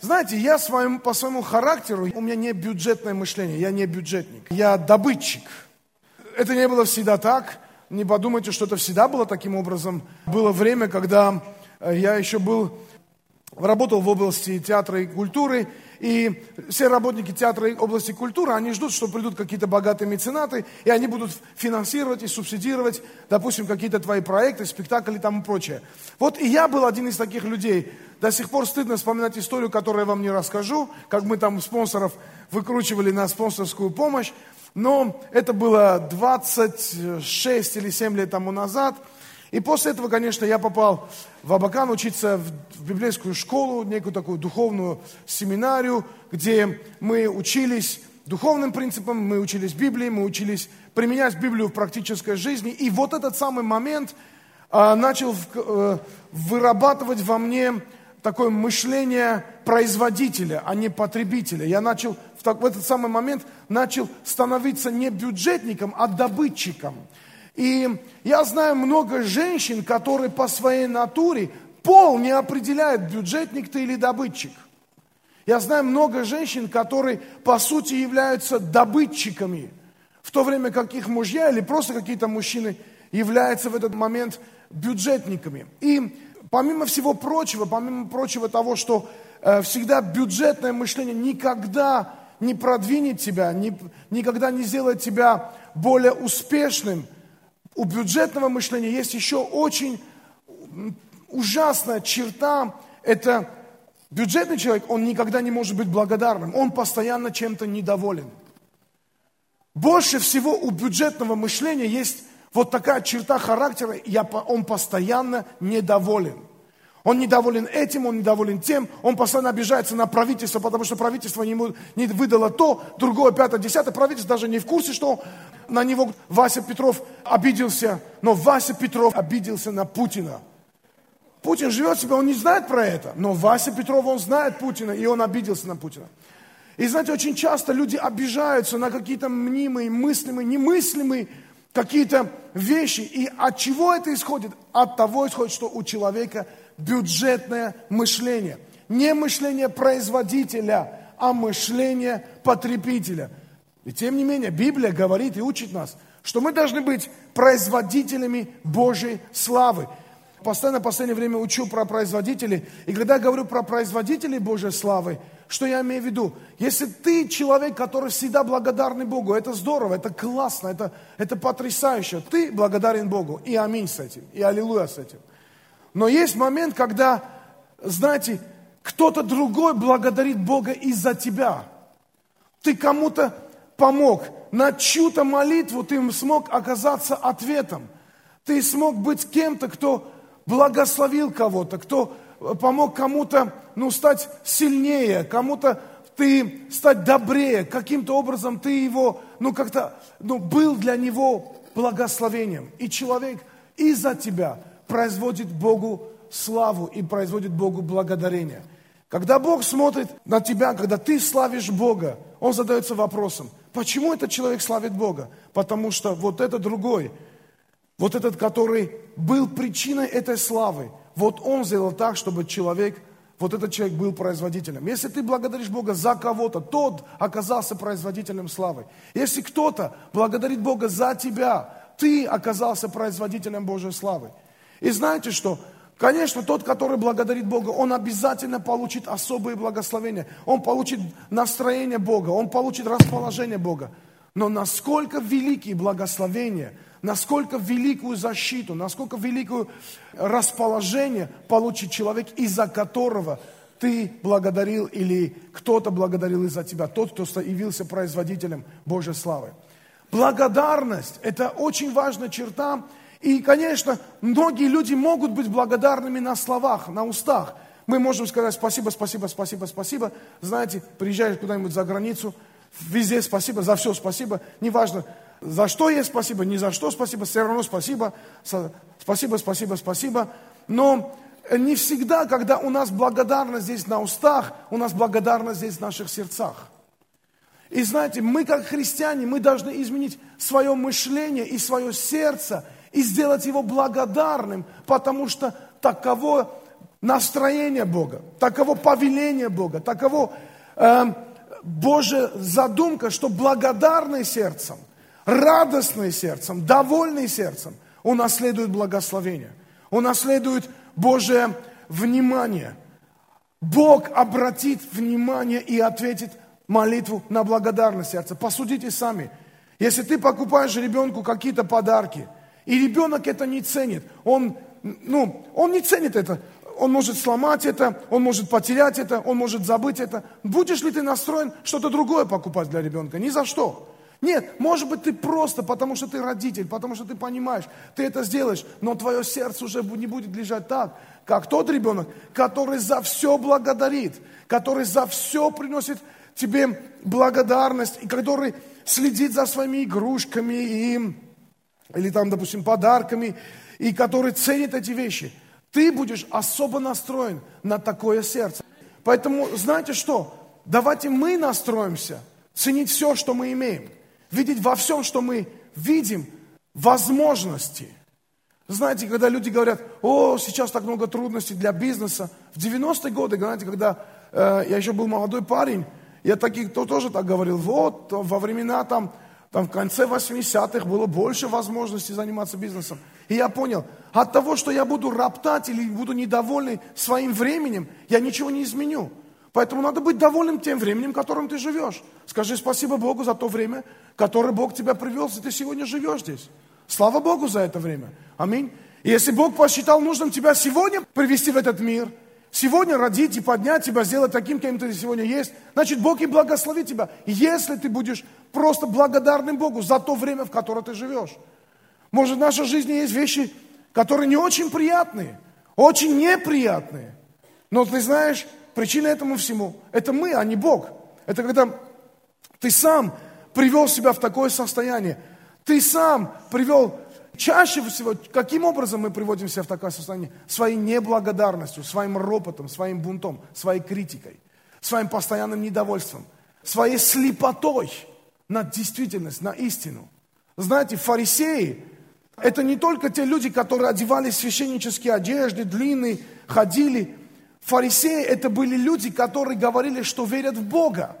Знаете, я по своему характеру, у меня не бюджетное мышление, я не бюджетник, я добытчик. Это не было всегда так, не подумайте, что это всегда было таким образом. Было время, когда я еще работал в области театра и культуры, и все работники театра и области культуры, они ждут, что придут какие-то богатые меценаты, и они будут финансировать и субсидировать, допустим, какие-то твои проекты, спектакли и тому прочее. Вот и я был один из таких людей. До сих пор стыдно вспоминать историю, которую я вам не расскажу, как мы там спонсоров выкручивали на спонсорскую помощь, но это было 26 или 7 лет тому назад. И после этого, конечно, я попал в Абакан учиться в библейскую школу, некую такую духовную семинарию, где мы учились духовным принципам, мы учились Библии, мы учились применять Библию в практической жизни. И вот этот самый момент начал вырабатывать во мне такое мышление производителя, а не потребителя. Я в этот самый момент начал становиться не бюджетником, а добытчиком. И я знаю много женщин, которые по своей натуре пол не определяют, бюджетник ты или добытчик. Я знаю много женщин, которые по сути являются добытчиками, в то время как их мужья или просто какие-то мужчины являются в этот момент бюджетниками. И помимо прочего того, что всегда бюджетное мышление никогда не продвинет тебя, никогда не сделает тебя более успешным, у бюджетного мышления есть еще очень ужасная черта. Это бюджетный человек, он никогда не может быть благодарным. Он постоянно чем-то недоволен. Больше всего у бюджетного мышления есть вот такая черта характера. Он постоянно недоволен. Он недоволен этим, он недоволен тем. Он постоянно обижается на правительство, потому что правительство ему не выдало то, другое, пятое, десятое. Правительство даже не в курсе, что на него Вася Петров обиделся. Но Вася Петров обиделся на Путина. Путин живет себе, он не знает про это. Но Вася Петров, он знает Путина, и он обиделся на Путина. И знаете, очень часто люди обижаются на какие-то мнимые, мыслимые, немыслимые какие-то вещи. И от чего это исходит? От того исходит, что у человека бюджетное мышление. Не мышление производителя, а мышление потребителя. И тем не менее, Библия говорит и учит нас, что мы должны быть производителями Божьей славы. Постоянно в последнее время учу про производителей. И когда я говорю про производителей Божьей славы, что я имею в виду? Если ты человек, который всегда благодарный Богу, это здорово, это классно, это потрясающе. Ты благодарен Богу. И аминь с этим, и аллилуйя с этим. Но есть момент, когда, знаете, кто-то другой благодарит Бога из-за тебя. Ты кому-то помог. На чью-то молитву ты смог оказаться ответом. Ты смог быть кем-то, кто благословил кого-то, кто помог кому-то, стать сильнее, кому-то стать добрее. Каким-то образом ты его, был для него благословением. И человек из-за тебя производит Богу славу и производит Богу благодарение. Когда Бог смотрит на тебя, когда ты славишь Бога, Он задается вопросом, почему этот человек славит Бога? Потому что вот этот другой, вот этот, который был причиной этой славы, вот он сделал так, чтобы вот этот человек был производителем. Если ты благодаришь Бога за кого-то, тот оказался производителем славы. Если кто-то благодарит Бога за тебя, ты оказался производителем Божьей славы. И знаете что? Конечно, тот, который благодарит Бога, он обязательно получит особые благословения. Он получит настроение Бога, он получит расположение Бога. Но насколько великие благословения, насколько великую защиту, насколько великое расположение получит человек, из-за которого ты благодарил или кто-то благодарил из-за тебя, тот, кто явился производителем Божьей славы. Благодарность – это очень важная черта. И, конечно, многие люди могут быть благодарными на словах, на устах. Мы можем сказать спасибо, спасибо, спасибо, спасибо. Знаете, приезжаешь куда-нибудь за границу, везде спасибо, за все спасибо. Неважно, за что есть спасибо, ни за что спасибо, все равно спасибо. Спасибо, спасибо, спасибо. Но не всегда, когда у нас благодарность здесь на устах, у нас благодарность здесь в наших сердцах. И знаете, мы как христиане, мы должны изменить свое мышление и свое сердце, и сделать его благодарным, потому что таково настроение Бога, таково повеление Бога, таково Божья задумка, что благодарный сердцем, радостный сердцем, довольный сердцем унаследует благословение, унаследует Божие внимание. Бог обратит внимание и ответит молитву на благодарное сердце. Посудите сами. Если ты покупаешь ребенку какие-то подарки, и ребенок это не ценит, он не ценит это, он может сломать это, он может потерять это, он может забыть это. Будешь ли ты настроен что-то другое покупать для ребенка? Ни за что. Нет, может быть, ты просто, потому что ты родитель, потому что ты понимаешь, ты это сделаешь, но твое сердце уже не будет лежать так, как тот ребенок, который за все благодарит, который за все приносит тебе благодарность, и который следит за своими игрушками или там, допустим, подарками, и который ценит эти вещи. Ты будешь особо настроен на такое сердце. Поэтому, знаете что? Давайте мы настроимся ценить все, что мы имеем. Видеть во всем, что мы видим, возможности. Знаете, когда люди говорят, сейчас так много трудностей для бизнеса. В 90-е годы, знаете, когда я еще был молодой парень, я тоже так говорил, во времена там в конце 80-х было больше возможностей заниматься бизнесом. И я понял, от того, что я буду роптать или буду недовольный своим временем, я ничего не изменю. Поэтому надо быть довольным тем временем, которым ты живешь. Скажи спасибо Богу за то время, которое Бог тебя привел, и ты сегодня живешь здесь. Слава Богу за это время. Аминь. И если Бог посчитал нужным тебя сегодня привести в этот мир, сегодня родить и поднять тебя, сделать таким, кем ты сегодня есть, значит, Бог и благословит тебя, если ты будешь просто благодарным Богу за то время, в которое ты живешь. Может, в нашей жизни есть вещи, которые не очень приятные, очень неприятные. Но ты знаешь, причина этому всему – это мы, а не Бог. Это когда ты сам привел себя в такое состояние. Ты сам привел, чаще всего, каким образом мы приводим себя в такое состояние? Своей неблагодарностью, своим ропотом, своим бунтом, своей критикой, своим постоянным недовольством, своей слепотой на действительность, на истину. Знаете, фарисеи – это не только те люди, которые одевались в священнические одежды, длинные, ходили. Фарисеи – это были люди, которые говорили, что верят в Бога.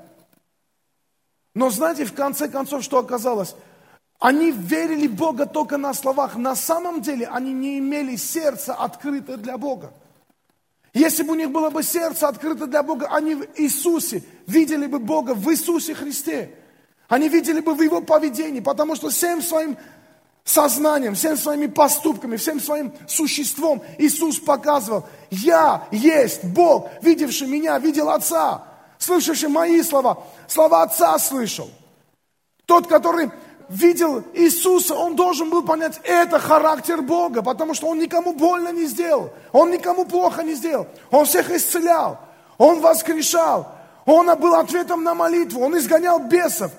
Но знаете, в конце концов, что оказалось? Они верили в Бога только на словах. На самом деле они не имели сердца открытое для Бога. Если бы у них было бы сердце открыто для Бога, они в Иисусе видели бы Бога, в Иисусе Христе. Они видели бы в Его поведении, потому что всем своим сознанием, всеми своими поступками, всем своим существом Иисус показывал: я есть Бог, видевший меня, видел Отца, слышавший мои слова, слова Отца слышал. Тот, который видел Иисуса, он должен был понять, это характер Бога, потому что Он никому больно не сделал, Он никому плохо не сделал, Он всех исцелял, Он воскрешал, Он был ответом на молитву, Он изгонял бесов.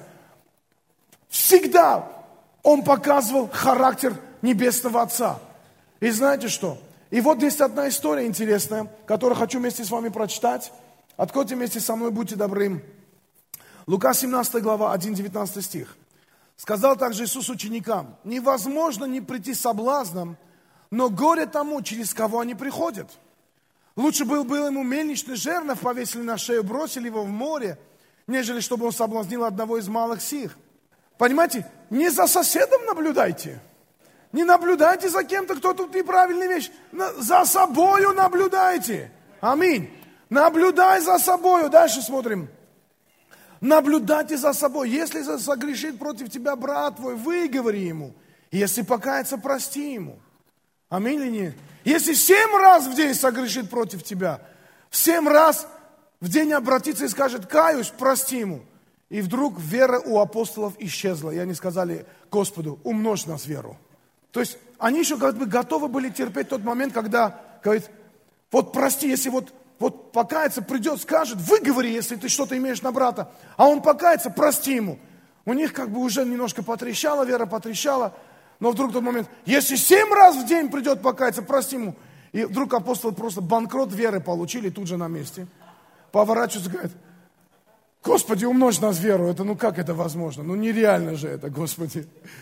Всегда Он показывал характер Небесного Отца. И знаете что? И вот есть одна история интересная, которую хочу вместе с вами прочитать. Откройте вместе со мной, будьте добры. Лука 17 глава, 1-19 стих. Сказал также Иисус ученикам: невозможно не прийти соблазном, но горе тому, через кого они приходят. Лучше был ему мельничный жернов повесили на шею, бросили его в море, нежели чтобы он соблазнил одного из малых сих. Понимаете, не за соседом наблюдайте. Не наблюдайте за кем-то, кто тут неправильные вещи. За собою наблюдайте. Аминь. Наблюдай за собою. Дальше смотрим. Наблюдайте за собой. Если согрешит против тебя брат твой, выговори ему. Если покается, прости ему. Аминь или нет? Если 7 раз в день согрешит против тебя, 7 раз в день обратится и скажет: каюсь, прости ему. И вдруг вера у апостолов исчезла. И они сказали Господу: умножь нас веру. То есть они еще как бы готовы были терпеть тот момент, когда говорит: вот прости, если вот покается, придет, скажет, выговори, если ты что-то имеешь на брата. А он покается, прости ему. У них как бы уже немножко потрещала, вера потрещала. Но вдруг тот момент: если 7 раз в день придет покаяться, прости ему. И вдруг апостолы просто банкрот веры получили тут же на месте. Поворачиваются и говорят: Господи, умножь нас веру. Это как это возможно? Нереально же это, Господи.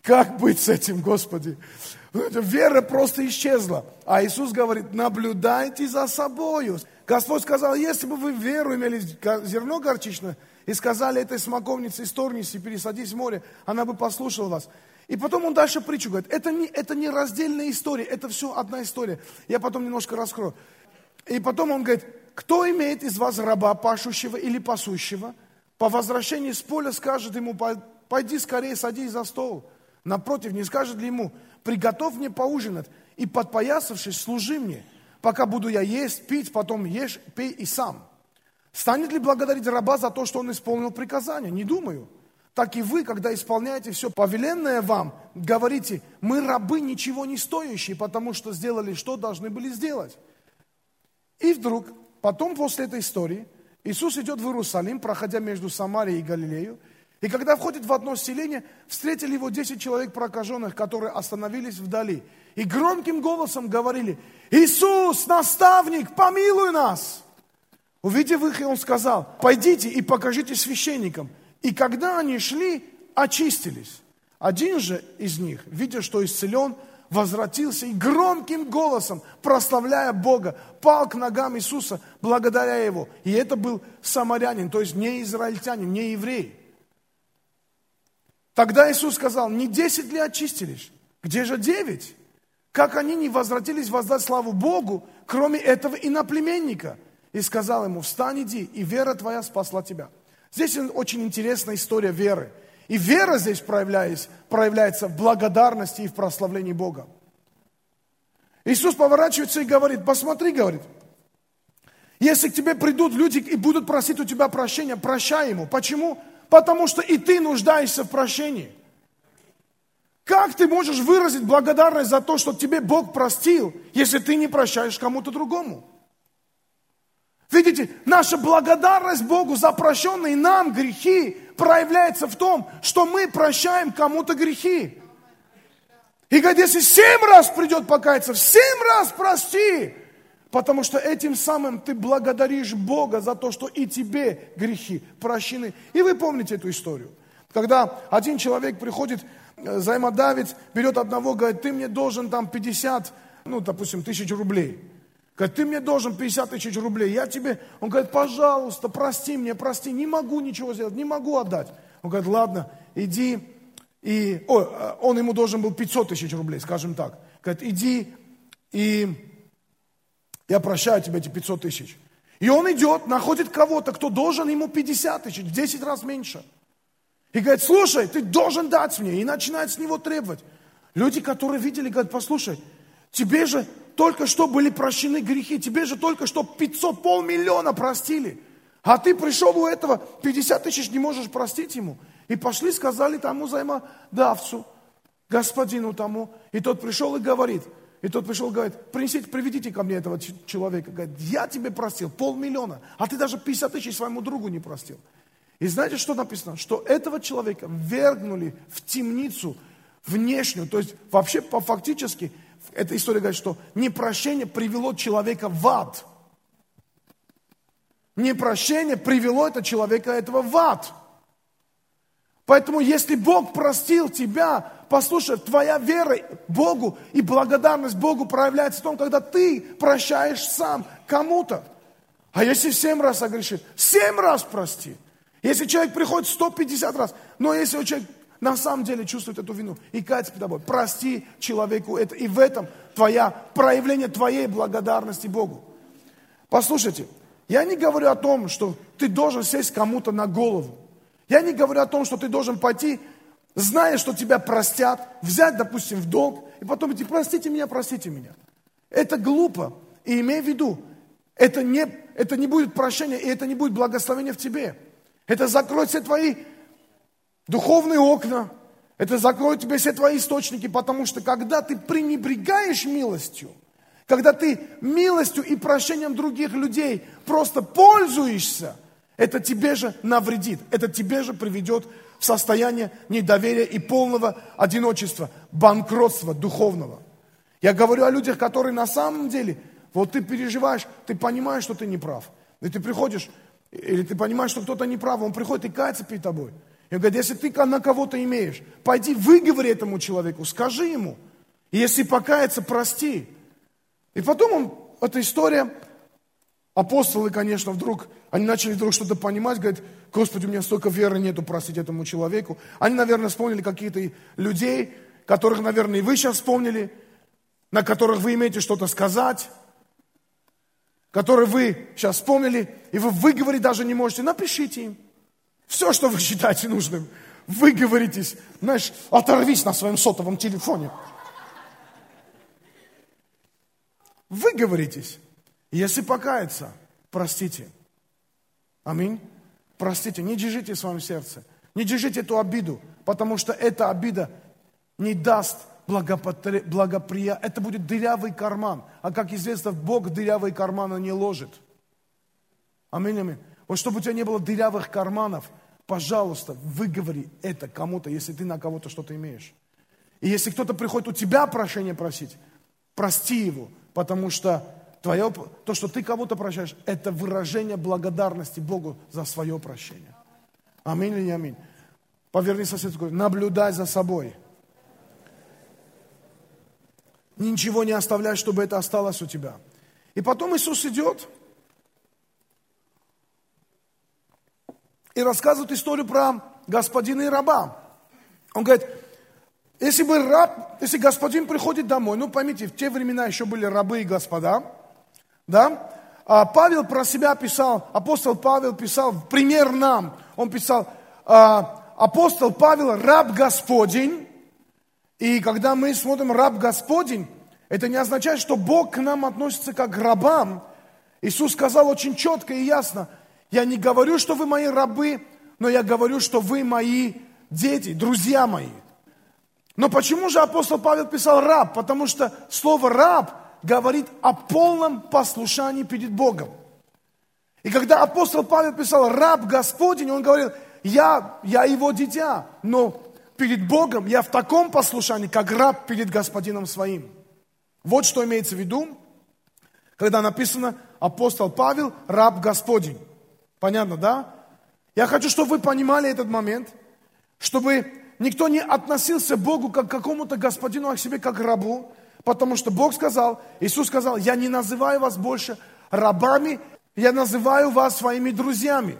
Как быть с этим, Господи? Вера просто исчезла. А Иисус говорит, наблюдайте за собою. Господь сказал, если бы вы веру имели, зерно горчичное, и сказали этой смоковнице, исторгнись и пересадись в море, она бы послушала вас. И потом он дальше притчу говорит, это не раздельная история, это все одна история. Я потом немножко раскрою. И потом он говорит, кто имеет из вас раба пашущего или пасущего, по возвращении с поля скажет ему, пойди скорее, садись за стол. Напротив, не скажет ли ему, приготовь мне поужинать, и подпоясавшись, служи мне, пока буду я есть, пить, потом ешь, пей и сам. Станет ли благодарить раба за то, что он исполнил приказание? Не думаю. Так и вы, когда исполняете все повеленное вам, говорите, мы рабы ничего не стоящие, потому что сделали, что должны были сделать. И вдруг, потом после этой истории, Иисус идет в Иерусалим, проходя между Самарией и Галилеей, и когда входит в одно селение, встретили его 10 человек прокаженных, которые остановились вдали. И громким голосом говорили, Иисус, наставник, помилуй нас! Увидев их, он сказал, пойдите и покажите священникам. И когда они шли, очистились. Один же из них, видя, что исцелен, возвратился и громким голосом, прославляя Бога, пал к ногам Иисуса, благодаря Его. И это был самарянин, то есть не израильтянин, не еврей. Тогда Иисус сказал, не 10 ли очистились? Где же 9? Как они не возвратились воздать славу Богу, кроме этого иноплеменника? И сказал ему, встань, иди, и вера твоя спасла тебя. Здесь очень интересная история веры. И вера здесь проявляется в благодарности и в прославлении Бога. Иисус поворачивается и говорит, посмотри, говорит, если к тебе придут люди и будут просить у тебя прощения, прощай ему. Почему? Потому что и ты нуждаешься в прощении. Как ты можешь выразить благодарность за то, что тебе Бог простил, если ты не прощаешь кому-то другому? Видите, наша благодарность Богу за прощенные нам грехи проявляется в том, что мы прощаем кому-то грехи. И говорит, если 7 раз придет покаяться, в 7 раз прости. Потому что этим самым ты благодаришь Бога за то, что и тебе грехи прощены. И вы помните эту историю. Когда один человек приходит, взаимодавец, берет одного, говорит, ты мне должен там 50, допустим, тысяч рублей. Говорит, ты мне должен 50 тысяч рублей, я тебе, он говорит, пожалуйста, прости мне, прости, не могу ничего сделать, не могу отдать. Он говорит, ладно, иди, он ему должен был 500 тысяч рублей, скажем так. Говорит, иди, и я прощаю тебе эти 500 тысяч. И он идет, находит кого-то, кто должен ему 50 тысяч, в 10 раз меньше. И говорит, слушай, ты должен дать мне, и начинает с него требовать. Люди, которые видели, говорят, послушай, тебе же только что были прощены грехи, тебе же только что 500, 500 000 простили. А ты пришел у этого, 50 тысяч не можешь простить ему. И пошли, сказали тому взаимодавцу, господину тому. И тот пришел и говорит, приведите ко мне этого человека. Говорит, я тебе простил 500 000, а ты даже 50 тысяч своему другу не простил. И знаете, что написано? Что этого человека ввергнули в темницу внешнюю. То есть вообще фактически эта история говорит, что непрощение привело человека в ад. Непрощение привело этого человека в ад. Поэтому если Бог простил тебя, послушай, твоя вера Богу и благодарность Богу проявляется в том, когда ты прощаешь сам кому-то. А если 7 раз согрешит, 7 раз прости. Если человек приходит 150 раз, но если человек на самом деле чувствует эту вину и кается перед тобой, прости человеку это. И в этом проявление твоей благодарности Богу. Послушайте, я не говорю о том, что ты должен сесть кому-то на голову. Я не говорю о том, что ты должен пойти, зная, что тебя простят, взять, допустим, в долг, и потом идти, простите меня, простите меня. Это глупо. И имей в виду, это не будет прощения, и это не будет благословения в тебе. Это закроет все твои духовные окна, это закроет тебе все твои источники, потому что когда ты пренебрегаешь милостью, когда ты милостью и прощением других людей просто пользуешься, это тебе же навредит, это тебе же приведет в состояние недоверия и полного одиночества, банкротства духовного. Я говорю о людях, которые на самом деле, вот ты переживаешь, ты понимаешь, что ты не прав. И ты приходишь, или ты понимаешь, что кто-то не прав, он приходит и кается перед тобой. И он говорит, если ты на кого-то имеешь, пойди выговори этому человеку, скажи ему. И если покаяться, прости. И потом эта история, апостолы, конечно, они начали вдруг что-то понимать, говорят, Господи, у меня столько веры нету простить этому человеку. Они, наверное, вспомнили каких-то людей, которых, наверное, и вы сейчас вспомнили, на которых вы имеете что-то сказать, которые вы сейчас вспомнили, и вы выговорить даже не можете, напишите им. Все, что вы считаете нужным, выговоритесь. Знаешь, оторвись на своем сотовом телефоне. Выговоритесь. Если покаяться, простите. Аминь. Простите, не держите в своем сердце. Не держите эту обиду, потому что эта обида не даст благоприятия. Это будет дырявый карман. А как известно, Бог в дырявые карманы не ложит. Аминь, аминь. Вот чтобы у тебя не было дырявых карманов, пожалуйста, выговори это кому-то, если ты на кого-то что-то имеешь. И если кто-то приходит у тебя прощения просить, прости его, потому что то, что ты кого-то прощаешь, это выражение благодарности Богу за свое прощение. Аминь или не аминь? Поверни соседку, наблюдай за собой. Ничего не оставляй, чтобы это осталось у тебя. И потом Иисус идет и рассказывает историю про господина и раба. Он говорит, если господин приходит домой, поймите, в те времена еще были рабы и господа, да? Павел про себя писал, апостол Павел писал, в пример нам, он писал, апостол Павел, раб Господень, и когда мы смотрим раб Господень, это не означает, что Бог к нам относится как к рабам. Иисус сказал очень четко и ясно, я не говорю, что вы мои рабы, но я говорю, что вы мои дети, друзья мои. Но почему же апостол Павел писал раб? Потому что слово раб говорит о полном послушании перед Богом. И когда апостол Павел писал раб Господень, он говорил, я его дитя, но перед Богом я в таком послушании, как раб перед господином своим. Вот что имеется в виду, когда написано апостол Павел, раб Господень. Понятно, да? Я хочу, чтобы вы понимали этот момент, чтобы никто не относился к Богу как к какому-то господину, а к себе как к рабу, потому что Бог сказал, Иисус сказал, я не называю вас больше рабами, я называю вас своими друзьями.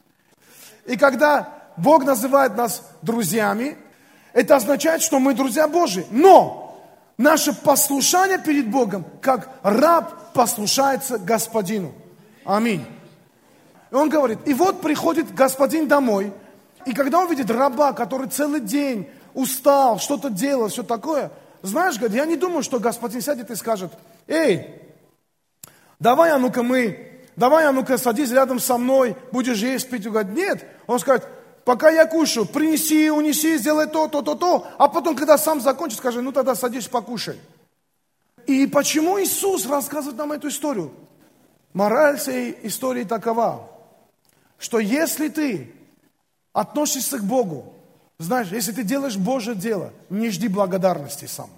И когда Бог называет нас друзьями, это означает, что мы друзья Божьи. Но наше послушание перед Богом, как раб послушается господину. Аминь. И он говорит, и вот приходит господин домой, и когда он видит раба, который целый день устал, что-то делал, все такое, знаешь, говорит, я не думаю, что господин сядет и скажет, эй, давай, а ну-ка садись рядом со мной, будешь есть, пить. Он говорит, нет. Он скажет, пока я кушаю, принеси, унеси, сделай то, а потом, когда сам закончит, скажи, ну тогда садись, покушай. И почему Иисус рассказывает нам эту историю? Мораль всей истории такова, что если ты относишься к Богу, знаешь, если ты делаешь Божье дело, не жди благодарности сам.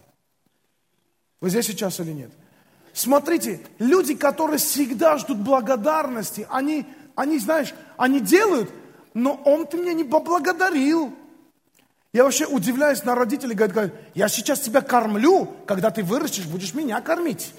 Вы здесь сейчас или нет? Смотрите, люди, которые всегда ждут благодарности, они, знаешь, они делают, но он ты меня не поблагодарил. Я вообще удивляюсь на родителей, говорят, я сейчас тебя кормлю, когда ты вырастешь, будешь меня кормить.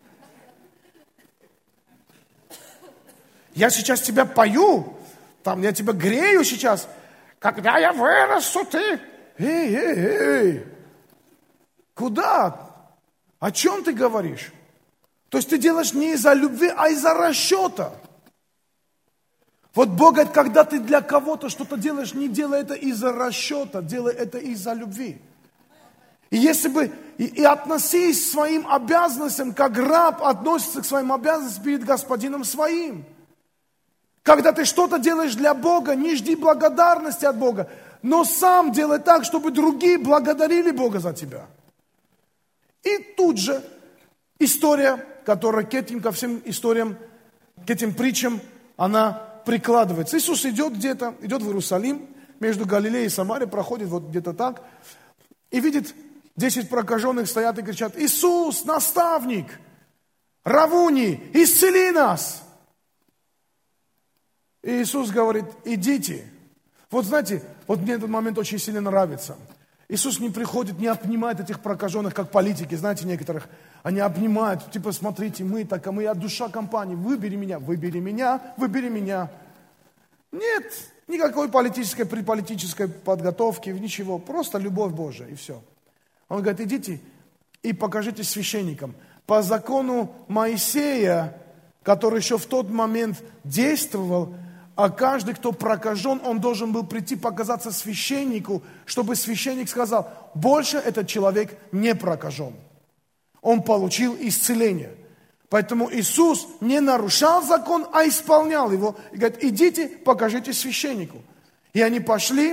Я сейчас тебя пою, я тебя грею сейчас. Когда я вырасту, ты... Эй, куда? О чем ты говоришь? То есть ты делаешь не из-за любви, а из-за расчета. Вот Бог говорит, когда ты для кого-то что-то делаешь, не делай это из-за расчета, делай это из-за любви. И если бы, и относись к своим обязанностям, как раб относится к своим обязанностям перед господином своим. Когда ты что-то делаешь для Бога, не жди благодарности от Бога, но сам делай так, чтобы другие благодарили Бога за тебя. И тут же история, которая ко всем историям, к этим притчам, она прикладывается. Иисус идет где-то, идет в Иерусалим, между Галилеей и Самарией, проходит вот где-то так, и видит 10 прокаженных стоят и кричат, Иисус, наставник, Равуни, исцели нас. И Иисус говорит, идите. Вот знаете, вот мне этот момент очень сильно нравится. Иисус не приходит, не обнимает этих прокаженных, как политики, знаете, некоторых. Они обнимают, типа, смотрите, мы душа компании, выбери меня, выбери меня, выбери меня. Нет, никакой политической подготовки, ничего, просто любовь Божия, и все. Он говорит, идите и покажитесь священникам. По закону Моисея, который еще в тот момент действовал, а каждый, кто прокажен, он должен был прийти показаться священнику, чтобы священник сказал, больше этот человек не прокажен. Он получил исцеление. Поэтому Иисус не нарушал закон, а исполнял его. И говорит, идите, покажите священнику. И они пошли,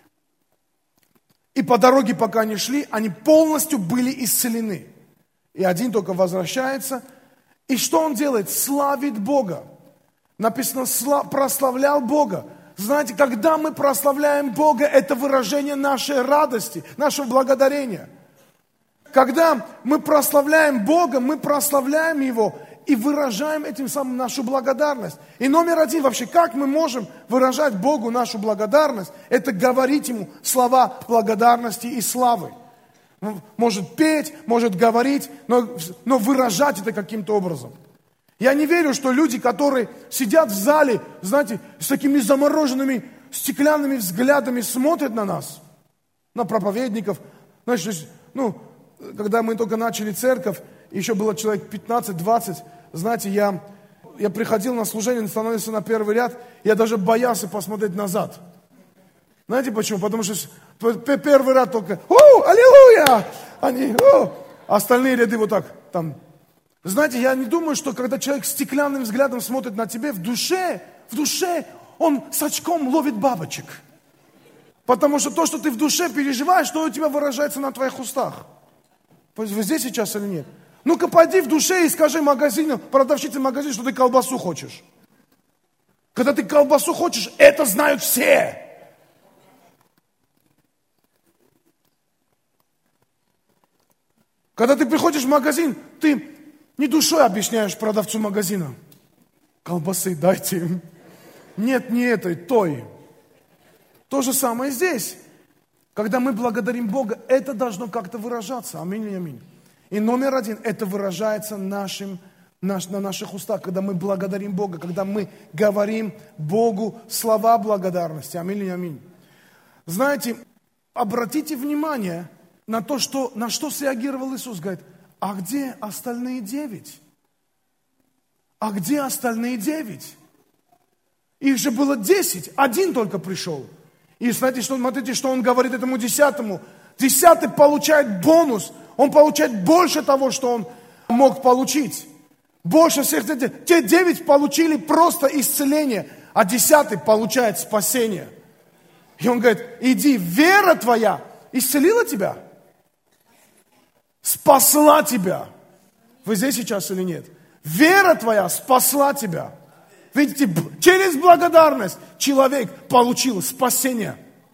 и по дороге, пока они шли, они полностью были исцелены. И один только возвращается. И что он делает? Славит Бога. Написано, прославлял Бога. Знаете, когда мы прославляем Бога, это выражение нашей радости, нашего благодарения. Когда мы прославляем Бога, мы прославляем Его и выражаем этим самым нашу благодарность. И номер один вообще, как мы можем выражать Богу нашу благодарность, это говорить Ему слова благодарности и славы. Может петь, может говорить, но выражать это каким-то образом. Я не верю, что люди, которые сидят в зале, знаете, с такими замороженными стеклянными взглядами смотрят на нас, на проповедников. Знаешь, когда мы только начали церковь, еще было человек 15-20, знаете, я приходил на служение, становился на первый ряд, я даже боялся посмотреть назад. Знаете почему? Потому что первый ряд только аллилуйя! Остальные ряды вот так там. Знаете, я не думаю, что когда человек стеклянным взглядом смотрит на тебя, в душе он с очком ловит бабочек. Потому что то, что ты в душе переживаешь, то у тебя выражается на твоих устах. Вы здесь сейчас или нет? Ну-ка, пойди в душе и скажи продавщице магазина, что ты колбасу хочешь. Когда ты колбасу хочешь, это знают все. Когда ты приходишь в магазин, ты не душой объясняешь продавцу магазина. Колбасы дайте им. Нет, не этой, той. То же самое здесь. Когда мы благодарим Бога, это должно как-то выражаться. Аминь и аминь. И номер один, это выражается на наших устах, когда мы благодарим Бога, когда мы говорим Богу слова благодарности. Аминь и аминь. Знаете, обратите внимание на то, на что среагировал Иисус. Говорит, а где остальные 9? А где остальные 9? Их же было 10, один только пришел. И смотрите, что он говорит этому 10-му. 10-й получает бонус, он получает больше того, что он мог получить. Больше всех. Те 9 получили просто исцеление, а 10-й получает спасение. И он говорит, иди, вера твоя исцелила тебя? Спасла тебя. Вы здесь сейчас или нет? Вера твоя спасла тебя. Видите, через благодарность человек получил спасение.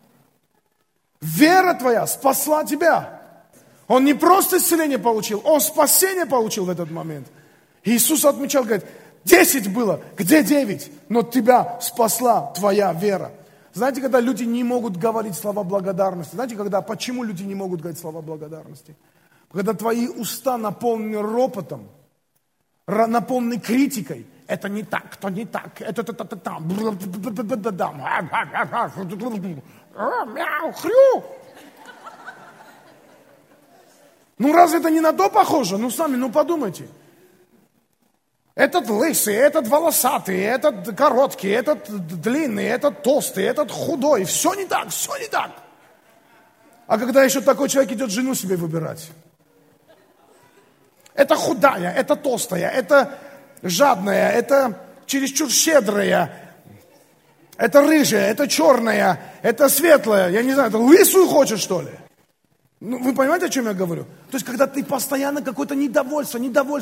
Вера твоя спасла тебя. Он не просто исцеление получил, он спасение получил в этот момент. Иисус отмечал, говорит, 10 было, где 9? Но тебя спасла твоя вера. Знаете, когда люди не могут говорить слова благодарности? Знаете, почему люди не могут говорить слова благодарности? Когда твои уста наполнены ропотом, наполнены критикой, это не так, то не так, это там, хрю. Разве это не на то похоже? Сами, подумайте. Этот лысый, этот волосатый, этот короткий, этот длинный, этот толстый, этот худой. Все не так, все не так. А когда еще такой человек идет жену себе выбирать? Это худая, это толстая, это жадная, это чересчур щедрая, это рыжая, это черная, это светлая. Я не знаю, это лысую хочешь, что ли? Вы понимаете, о чем я говорю? То есть, когда ты постоянно какое-то недовольство.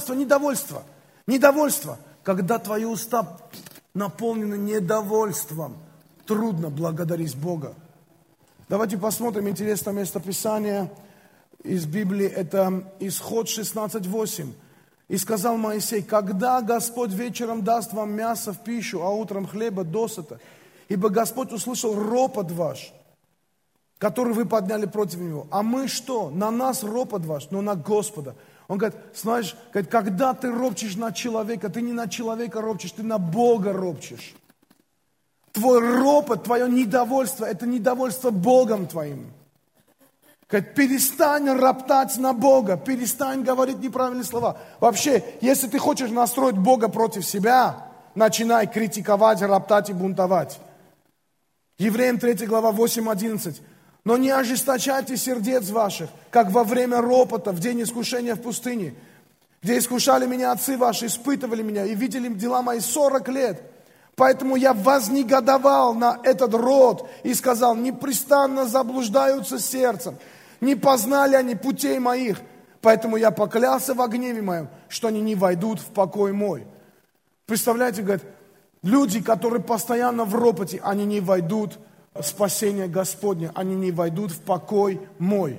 Когда твои уста наполнены недовольством, трудно благодарить Бога. Давайте посмотрим интересное местописание из Библии. Это Исход 16:8. «И сказал Моисей, когда Господь вечером даст вам мясо в пищу, а утром хлеба досыта, ибо Господь услышал ропот ваш, который вы подняли против Него. А мы что? На нас ропот ваш, но на Господа. Он говорит, знаешь, когда ты ропчешь на человека, ты не на человека ропчешь, ты на Бога ропчешь. Твой ропот, твое недовольство, это недовольство Богом твоим. Говорит, перестань роптать на Бога, перестань говорить неправильные слова. Вообще, если ты хочешь настроить Бога против себя, начинай критиковать, роптать и бунтовать. Евреям 3 глава 8-11. Но не ожесточайте сердец ваших, как во время ропота, в день искушения в пустыне, где искушали меня отцы ваши, испытывали меня и видели дела мои 40 лет. Поэтому я вознегодовал на этот род и сказал, непрестанно заблуждаются сердцем, не познали они путей моих. Поэтому я поклялся во гневе моем, что они не войдут в покой мой. Представляете, говорит, люди, которые постоянно в ропоте, они не войдут в спасение Господне, они не войдут в покой мой.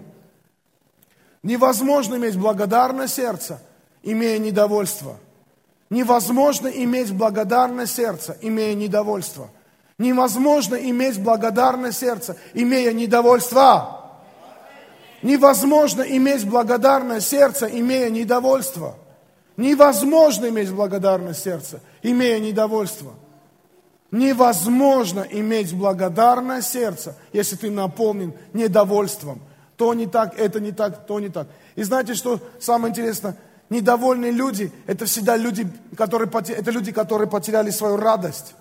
Невозможно иметь благодарное сердце, имея недовольство. Невозможно иметь благодарное сердце, имея недовольство. Невозможно иметь благодарное сердце, имея недовольство. Невозможно иметь благодарное сердце, имея недовольство. Невозможно иметь благодарное сердце, имея недовольство. Невозможно иметь благодарное сердце, если ты наполнен недовольством. То не так, это не так, то не так. И знаете, что самое интересное? Недовольные люди, это всегда люди, которые потеряли свою радость.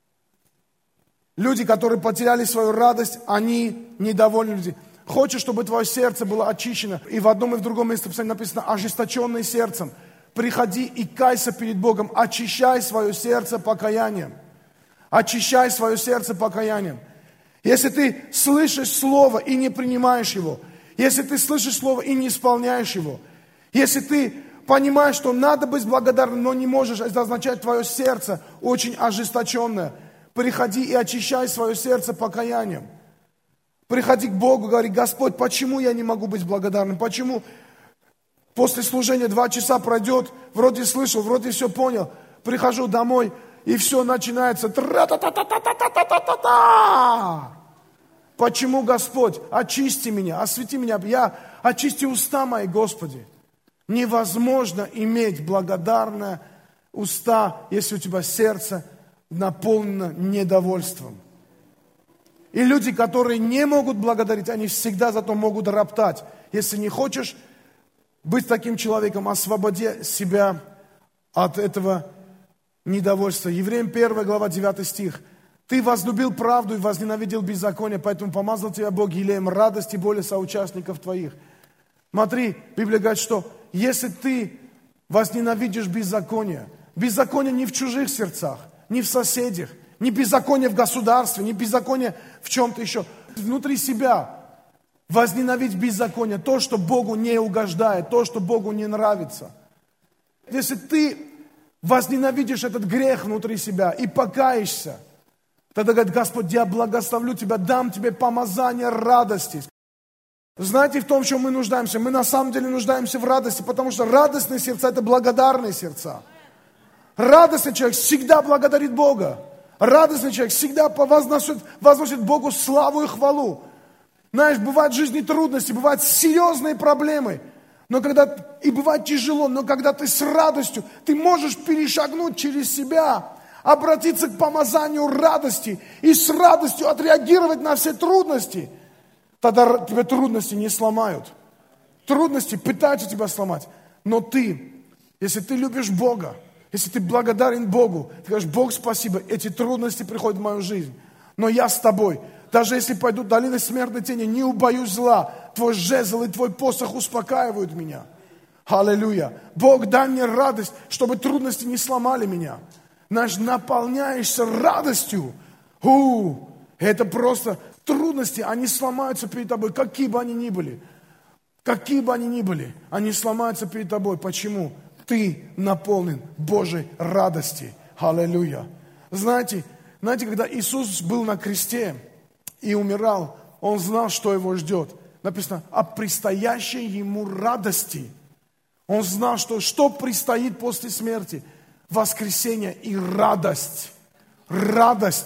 Люди, которые потеряли свою радость, они недовольные люди. Хочешь, чтобы твое сердце было очищено? И в одном и в другом месте написано ожесточенное сердцем. Приходи и кайся перед Богом, очищай свое сердце покаянием. Очищай свое сердце покаянием. Если ты слышишь Слово и не принимаешь его, если ты слышишь Слово и не исполняешь его, если ты понимаешь, что надо быть благодарным, но не можешь, это означает, твое сердце очень ожесточенное. Приходи и очищай свое сердце покаянием. Приходи к Богу, говори, Господь, почему я не могу быть благодарным? Почему после служения 2 часа пройдет, вроде слышал, вроде все понял, прихожу домой, и все начинается. Тра-та-та-та-та-та-та-та-та. Почему, Господь? Очисти меня, освети меня. Очисти уста мои, Господи. Невозможно иметь благодарные уста, если у тебя сердце наполнено недовольством. И люди, которые не могут благодарить, они всегда зато могут роптать. Если не хочешь быть таким человеком, освободи себя от этого недовольства. Евреям 1 глава 9 стих. Ты возлюбил правду и возненавидел беззаконие, поэтому помазал тебя Бог елеем радости и боли соучастников твоих. Смотри, Библия говорит, что если ты возненавидишь беззаконие, беззаконие не в чужих сердцах, не в соседях, не беззаконие в государстве, не беззаконие в чем-то еще. Внутри себя возненавидь беззаконие, то, что Богу не угождает, то, что Богу не нравится. Если ты возненавидишь этот грех внутри себя и покаешься, тогда говорит, Господь, я благословлю тебя, дам тебе помазание радости. Знаете, в том, в чем мы нуждаемся? Мы на самом деле нуждаемся в радости, потому что радостные сердца – это благодарные сердца. Радостный человек всегда благодарит Бога. Радостный человек всегда возносит Богу славу и хвалу. Знаешь, бывают в жизни трудности, бывают серьезные проблемы. И бывает тяжело, но когда ты с радостью, ты можешь перешагнуть через себя, обратиться к помазанию радости и с радостью отреагировать на все трудности. Тогда тебя трудности не сломают. Трудности пытаются тебя сломать. Но ты, если ты любишь Бога, если ты благодарен Богу, ты говоришь, Бог, спасибо, эти трудности приходят в мою жизнь, но я с тобой. Даже если пойду долиной смертной тени, не убоюсь зла. Твой жезл и твой посох успокаивают меня. Аллилуйя. Бог, дай мне радость, чтобы трудности не сломали меня. Знаешь, наполняешься радостью. Это просто трудности, они сломаются перед тобой, какие бы они ни были. Какие бы они ни были, они сломаются перед тобой. Почему? Ты наполнен Божьей радости. Аллилуйя. Знаете, когда Иисус был на кресте и умирал, Он знал, что Его ждет. Написано, о предстоящей Ему радости. Он знал, что предстоит после смерти. Воскресение и радость. Радость.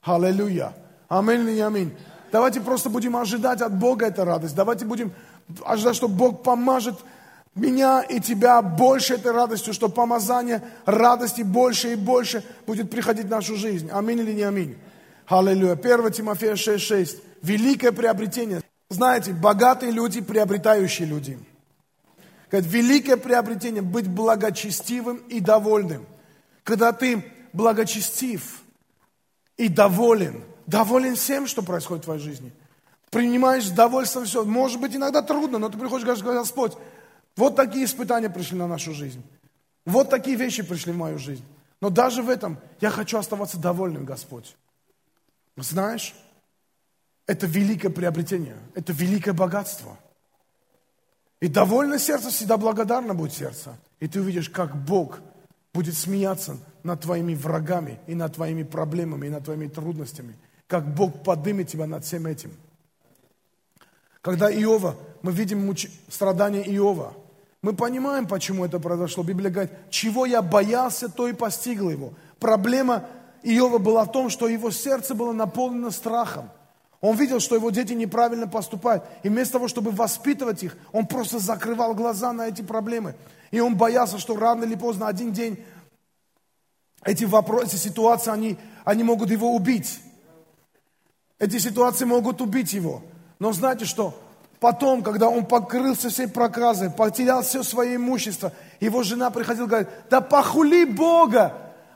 Аллилуйя. Аминь и аминь. Давайте просто будем ожидать от Бога эту радость. Давайте будем ожидать, что Бог помажет меня и тебя больше этой радостью, что помазание радости больше и больше будет приходить в нашу жизнь. Аминь или не аминь? Аллилуйя. 1 Тимофея 6:6. Великое приобретение. Знаете, богатые люди, приобретающие люди. Великое приобретение быть благочестивым и довольным. Когда ты благочестив и доволен всем, что происходит в твоей жизни. Принимаешь с довольством все. Может быть, иногда трудно, но ты приходишь и говоришь: Господь, вот такие испытания пришли на нашу жизнь. Вот такие вещи пришли в мою жизнь. Но даже в этом я хочу оставаться довольным, Господь. Знаешь, это великое приобретение, это великое богатство. И довольное сердце всегда благодарно будет сердце. И ты увидишь, как Бог будет смеяться над твоими врагами, и над твоими проблемами, и над твоими трудностями. Как Бог поднимет тебя над всем этим. Когда Иова, мы видим страдания Иова, мы понимаем, почему это произошло. Библия говорит: чего я боялся, то и постигло его. Проблема Иова была в том, что его сердце было наполнено страхом. Он видел, что его дети неправильно поступают. И вместо того, чтобы воспитывать их, он просто закрывал глаза на эти проблемы. И он боялся, что рано или поздно, один день, эти вопросы, ситуации, они могут его убить. Эти ситуации могут убить его. Но знаете что? Потом, когда он покрылся всей проказой, потерял все свое имущество, его жена приходила и говорит: да похули Бога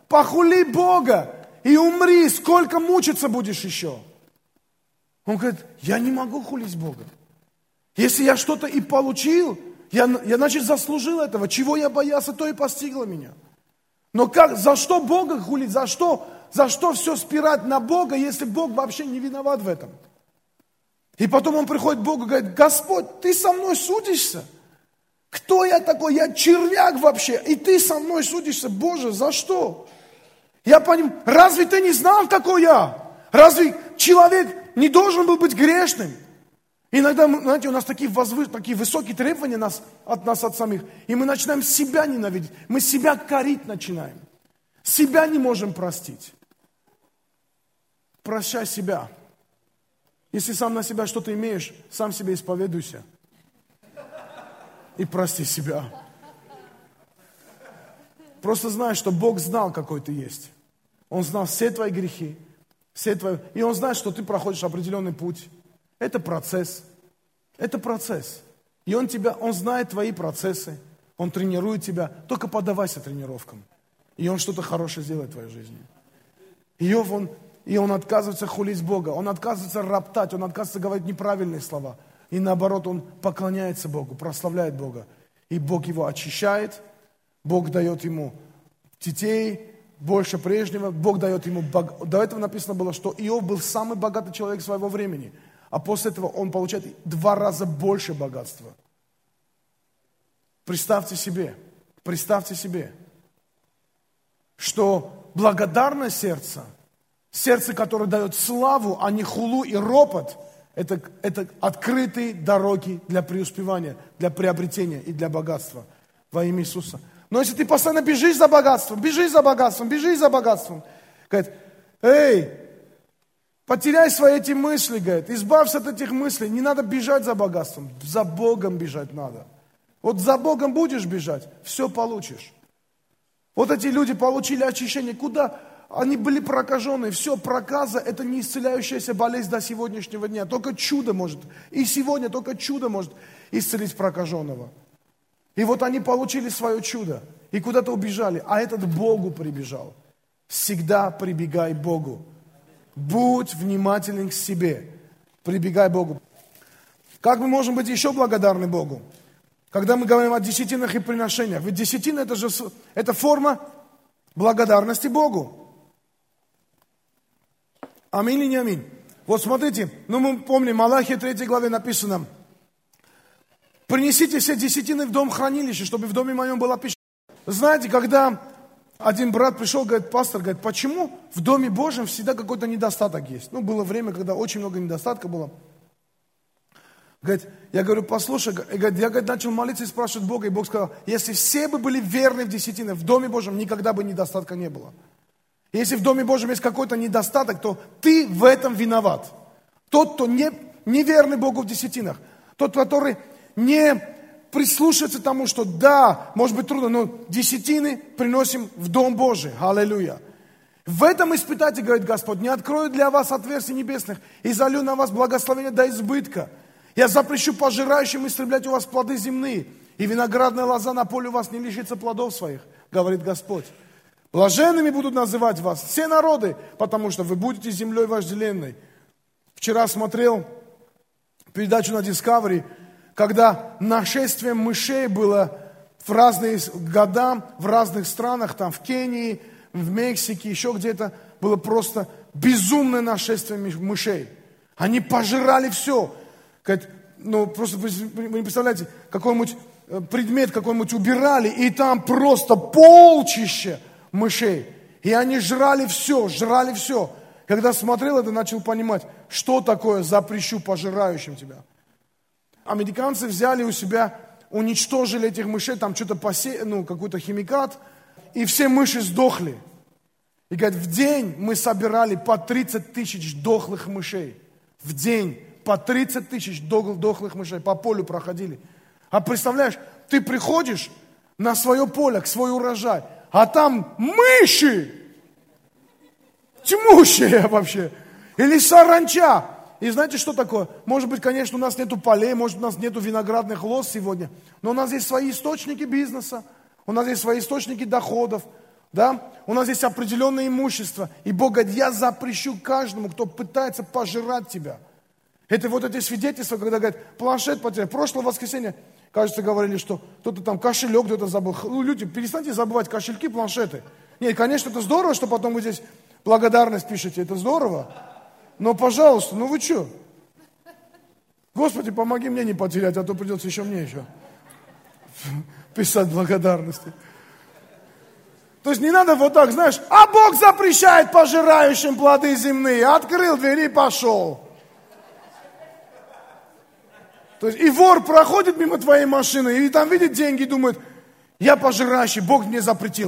и умри, сколько мучиться будешь еще? Он говорит: я не могу хулить Бога. Если я что-то и получил, я значит, заслужил этого. Чего я боялся, то и постигло меня. Но как, за что Бога хулить? За что все спирать на Бога, если Бог вообще не виноват в этом? И потом он приходит к Богу и говорит: Господь, ты со мной судишься? Кто я такой? Я червяк вообще. И ты со мной судишься? Боже, за что? Я понимаю, разве ты не знал, какой я? Разве человек не должен был быть грешным? Иногда, знаете, у нас такие высокие требования от нас, от самих. И мы начинаем себя ненавидеть. Мы себя корить начинаем. Себя не можем простить. Прощай себя. Если сам на себя что-то имеешь, сам себе исповедуйся. И прости себя. Просто знай, что Бог знал, какой ты есть. Он знал все твои грехи. И Он знает, что ты проходишь определенный путь. Это процесс. Это процесс. И Он знает твои процессы. Он тренирует тебя. Только поддавайся тренировкам. И Он что-то хорошее сделает в твоей жизни. И он отказывается хулить Бога. Он отказывается роптать. Он отказывается говорить неправильные слова. И наоборот, он поклоняется Богу, прославляет Бога. И Бог его очищает. Бог дает ему детей больше прежнего. Бог дает ему... До этого написано было, что Иов был самый богатый человек своего времени. А после этого он получает 2 раза больше богатства. Представьте себе, что благодарное сердце, которое дает славу, а не хулу и ропот, это открытые дороги для преуспевания, для приобретения и для богатства во имя Иисуса. Но если ты постоянно бежишь за богатством, говорит: эй, потеряй свои эти мысли, говорит, избавься от этих мыслей, не надо бежать за богатством, за Богом бежать надо. Вот за Богом будешь бежать, все получишь. Вот эти люди получили очищение, куда? Они были прокаженные. Все, проказа – это не исцеляющаяся болезнь до сегодняшнего дня. Только чудо может. И сегодня только чудо может исцелить прокаженного. И вот они получили свое чудо. И куда-то убежали. А этот Богу прибежал. Всегда прибегай к Богу. Будь внимателен к себе. Прибегай к Богу. Как мы можем быть еще благодарны Богу? Когда мы говорим о десятинах и приношениях. Ведь десятина – это форма благодарности Богу. Аминь или не аминь? Вот смотрите, мы помним, Малахия 3 главе написано: принесите все десятины в дом хранилища, чтобы в доме моем была пища. Знаете, когда один брат пришел, говорит: пастор, говорит, почему в доме Божьем всегда какой-то недостаток есть? Было время, когда очень много недостатка было. Говорит, я говорю: послушай, я начал молиться и спрашивать Бога, и Бог сказал: если все бы были верны в десятины, в доме Божьем никогда бы недостатка не было. Если в Доме Божьем есть какой-то недостаток, то ты в этом виноват. Тот, кто неверный Богу в десятинах, тот, который не прислушивается тому, что да, может быть трудно, но десятины приносим в Дом Божий. Аллилуйя. В этом испытайте, говорит Господь, не открою для вас отверстий небесных и залью на вас благословение до избытка. Я запрещу пожирающим истреблять у вас плоды земные, и виноградная лоза на поле у вас не лишится плодов своих, говорит Господь. Блаженными будут называть вас все народы, потому что вы будете землей вожделенной. Вчера смотрел передачу на Discovery, когда нашествие мышей было в разные года, в разных странах, там в Кении, в Мексике, еще где-то, было просто безумное нашествие мышей. Они пожирали все. Ну, просто вы не представляете, какой-нибудь предмет какой-нибудь убирали, и там просто полчище мышей. И они жрали все, жрали все. Когда смотрел это, начал понимать, что такое запрещу пожирающим тебя. Американцы взяли у себя, уничтожили этих мышей, там что-то какой-то химикат, и все мыши сдохли. И говорят, в день мы собирали по 30 тысяч дохлых мышей. В день по 30 тысяч дохлых мышей по полю проходили. А представляешь, ты приходишь на свое поле, к свой урожай, а там мыши! Тьмущие вообще. Или саранча. И знаете, что такое? Может быть, конечно, у нас нету полей, может, у нас нету виноградных лоз сегодня, но у нас есть свои источники бизнеса, у нас есть свои источники доходов, да? У нас есть определенное имущество. И Бог говорит, я запрещу каждому, кто пытается пожирать тебя. Это вот эти свидетельства, когда говорят, планшет потерял. Прошлое воскресенье, кажется, говорили, что кто-то там кошелек где-то забыл. Ну, люди, перестаньте забывать кошельки, планшеты. Нет, конечно, это здорово, что потом вы здесь благодарность пишете, это здорово. Но, пожалуйста, ну вы что? Господи, помоги мне не потерять, а то придется еще мне писать благодарности. То есть не надо вот так, знаешь, а Бог запрещает пожирающим плоды земные. Открыл дверь и пошел. То есть и вор проходит мимо твоей машины, и там видит деньги и думает, я пожирающий, Бог мне запретил.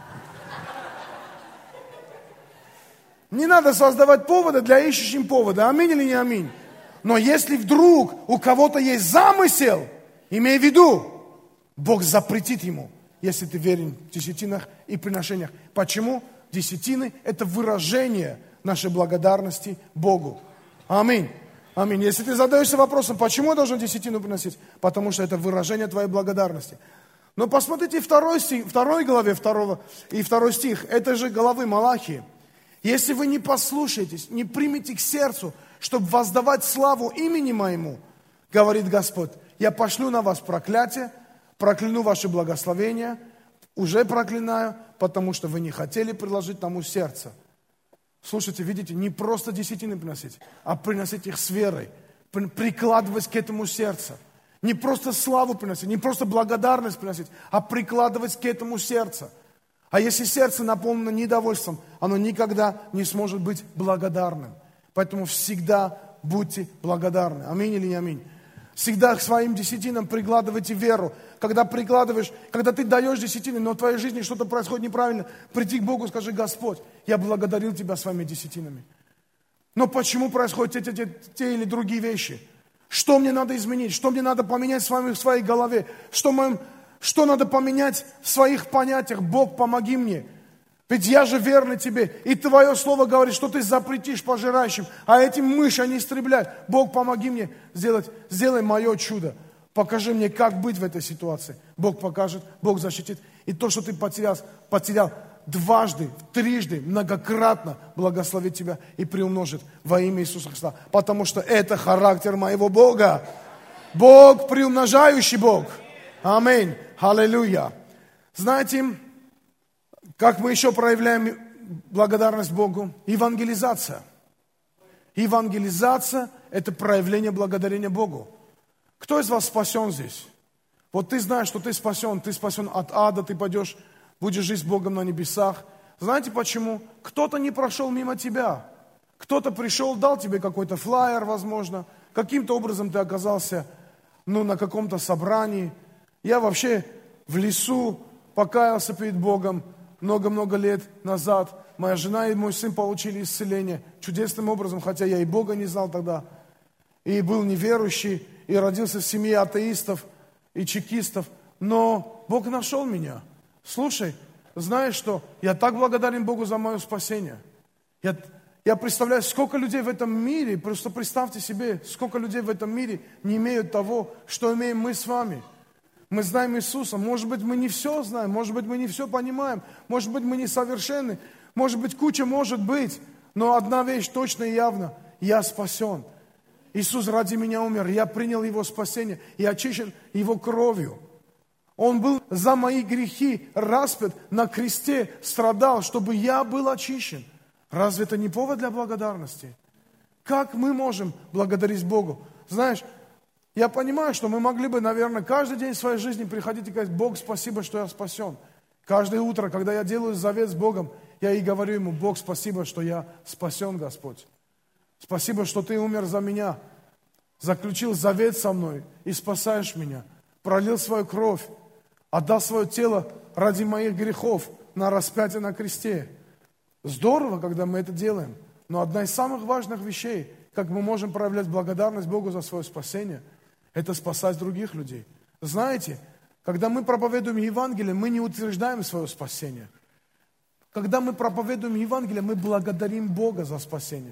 Не надо создавать повода для ищущим повода. Аминь или не аминь? Но если вдруг у кого-то есть замысел, имей в виду, Бог запретит ему, если ты верен в десятинах и приношениях. Почему? Десятины – это выражение нашей благодарности Богу. Аминь. Аминь. Если ты задаешься вопросом, почему я должен десятину приносить? Потому что это выражение твоей благодарности. Но посмотрите второй главе 2 и 2 стих. Это же главы Малахии. Если вы не послушаетесь, не примете к сердцу, чтобы воздавать славу имени моему, говорит Господь, я пошлю на вас проклятие, прокляну ваши благословения, уже проклинаю, потому что вы не хотели приложить тому сердце. Слушайте, видите, не просто десятины приносить, а приносить их с верой, прикладывать к этому сердце. Не просто славу приносить, не просто благодарность приносить, а прикладывать к этому сердце. А если сердце наполнено недовольством, оно никогда не сможет быть благодарным. Поэтому всегда будьте благодарны. Аминь или не аминь? Всегда к своим десятинам прикладывайте веру. Когда прикладываешь, когда ты даешь десятины, но в твоей жизни что-то происходит неправильно, приди к Богу и скажи, Господь, я благодарил Тебя своими десятинами. Но почему происходят те или другие вещи? Что мне надо изменить? Что мне надо поменять в своей голове? Что надо поменять в своих понятиях? Бог, помоги мне. Ведь я же верный Тебе. И Твое Слово говорит, что Ты запретишь пожирающим, а этим мышь они истребляют. Бог, помоги мне сделай мое чудо. Покажи мне, как быть в этой ситуации. Бог покажет, Бог защитит. И то, что ты потерял дважды, трижды, многократно благословит тебя и приумножит во имя Иисуса Христа. Потому что это характер моего Бога. Бог, приумножающий Бог. Аминь. Аллилуйя. Знаете, как мы еще проявляем благодарность Богу? Евангелизация. Евангелизация – это проявление благодарения Богу. Кто из вас спасен здесь? Вот ты знаешь, что ты спасен от ада, ты пойдешь, будешь жить с Богом на небесах. Знаете почему? Кто-то не прошел мимо тебя. Кто-то пришел, дал тебе какой-то флаер, возможно. Каким-то образом ты оказался на каком-то собрании. Я вообще в лесу покаялся перед Богом. много-много лет назад. Моя жена и мой сын получили исцеление чудесным образом, хотя я и Бога не знал тогда. И был неверующий, и родился в семье атеистов и чекистов. Но Бог нашел меня. Слушай, знаешь что? Я так благодарен Богу за мое спасение. Я представляю, сколько людей в этом мире, просто представьте себе, сколько людей в этом мире не имеют того, что имеем мы с вами. Мы знаем Иисуса. Может быть, мы не все знаем, может быть, мы не все понимаем, может быть, мы не совершенны, может быть, куча может быть. Но одна вещь точно и явно. Я спасен. Иисус ради меня умер. Я принял Его спасение. Я очищен Его кровью. Он был за мои грехи распят на кресте, страдал, чтобы я был очищен. Разве это не повод для благодарности? Как мы можем благодарить Богу? Знаешь, я понимаю, что мы могли бы, наверное, каждый день в своей жизни приходить и говорить: Бог, спасибо, что я спасен. Каждое утро, когда я делаю завет с Богом, я и говорю Ему: Бог, спасибо, что я спасен, Господь. Спасибо, что Ты умер за меня, заключил завет со мной и спасаешь меня, пролил свою кровь, отдал свое тело ради моих грехов на распятие на кресте. Здорово, когда мы это делаем, но одна из самых важных вещей, как мы можем проявлять благодарность Богу за свое спасение, это спасать других людей. Знаете, когда мы проповедуем Евангелие, мы не утверждаем свое спасение. Когда мы проповедуем Евангелие, мы благодарим Бога за спасение.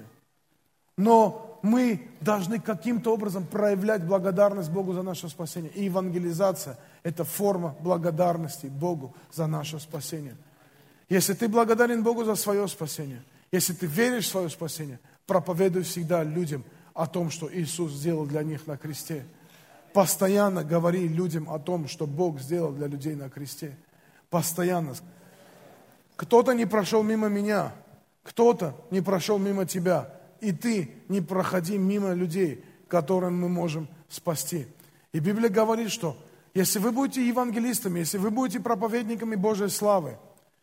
Но мы должны каким-то образом проявлять благодарность Богу за наше спасение. И евангелизация – это форма благодарности Богу за наше спасение. Если ты благодарен Богу за свое спасение, если ты веришь в свое спасение, проповедуй всегда людям о том, что Иисус сделал для них на кресте. Постоянно говори людям о том, что Бог сделал для людей на кресте. Постоянно. Кто-то не прошел мимо меня, кто-то не прошел мимо тебя. И ты не проходи мимо людей, которым мы можем спасти. И Библия говорит, что если вы будете евангелистами, если вы будете проповедниками Божьей славы,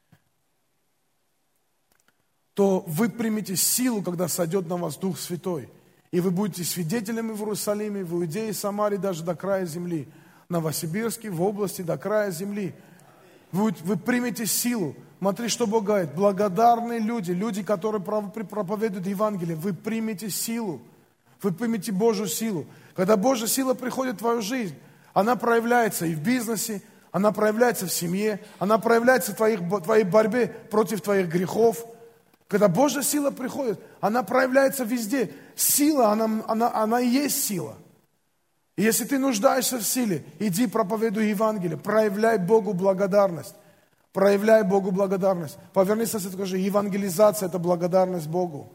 то вы примете силу, когда сойдет на вас Дух Святой. И вы будете свидетелями в Иерусалиме, в Иудее, Самарии, даже до края земли. В Новосибирске, в области до края земли. Вы примете силу. Смотри, что Бог говорит. Благодарные люди, люди, которые проповедуют Евангелие, вы примете силу. Вы примете Божью силу. Когда Божья сила приходит в твою жизнь, она проявляется и в бизнесе, она проявляется в семье, она проявляется в твоей борьбе против твоих грехов. Когда Божья сила приходит, она проявляется везде. Сила, она и есть сила. И если ты нуждаешься в силе, иди проповедуй Евангелие, проявляй Богу благодарность. Проявляй Богу благодарность. Повернись к соседу и скажи: евангелизация – это благодарность Богу.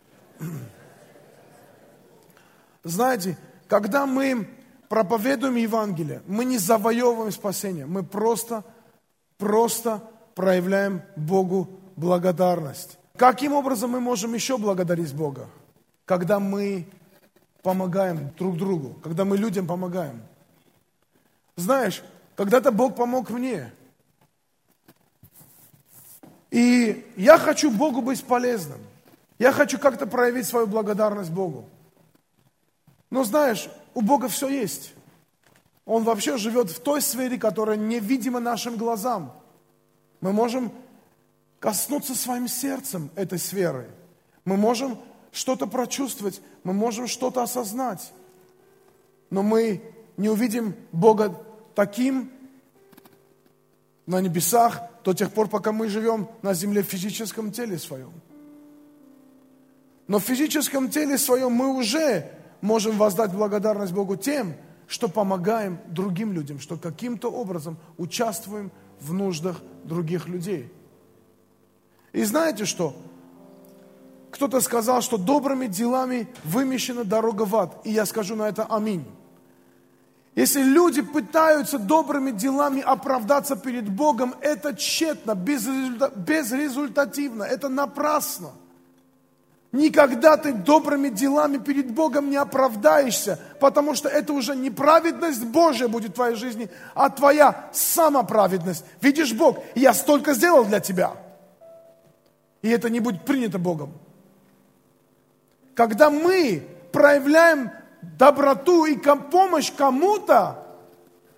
Знаете, когда мы проповедуем Евангелие, мы не завоевываем спасение, мы просто проявляем Богу благодарность. Каким образом мы можем еще благодарить Бога? Когда мы помогаем друг другу, когда мы людям помогаем. Знаешь, когда-то Бог помог мне. И я хочу Богу быть полезным. Я хочу как-то проявить свою благодарность Богу. Но знаешь, у Бога все есть. Он вообще живет в той сфере, которая невидима нашим глазам. Мы можем коснуться своим сердцем этой сферы. Мы можем что-то прочувствовать, мы можем что-то осознать. Но мы не увидим Бога таким на небесах до тех пор, пока мы живем на земле в физическом теле своем. Но в физическом теле своем мы уже можем воздать благодарность Богу тем, что помогаем другим людям, что каким-то образом участвуем в нуждах других людей. И знаете что? Кто-то сказал, что добрыми делами вымещена дорога в ад. И я скажу на это аминь. Если люди пытаются добрыми делами оправдаться перед Богом, это тщетно, безрезультативно, это напрасно. Никогда ты добрыми делами перед Богом не оправдаешься, потому что это уже не праведность Божья будет в твоей жизни, а твоя самоправедность. Видишь, Бог, я столько сделал для тебя. И это не будет принято Богом. Когда мы проявляем доброту и помощь кому-то,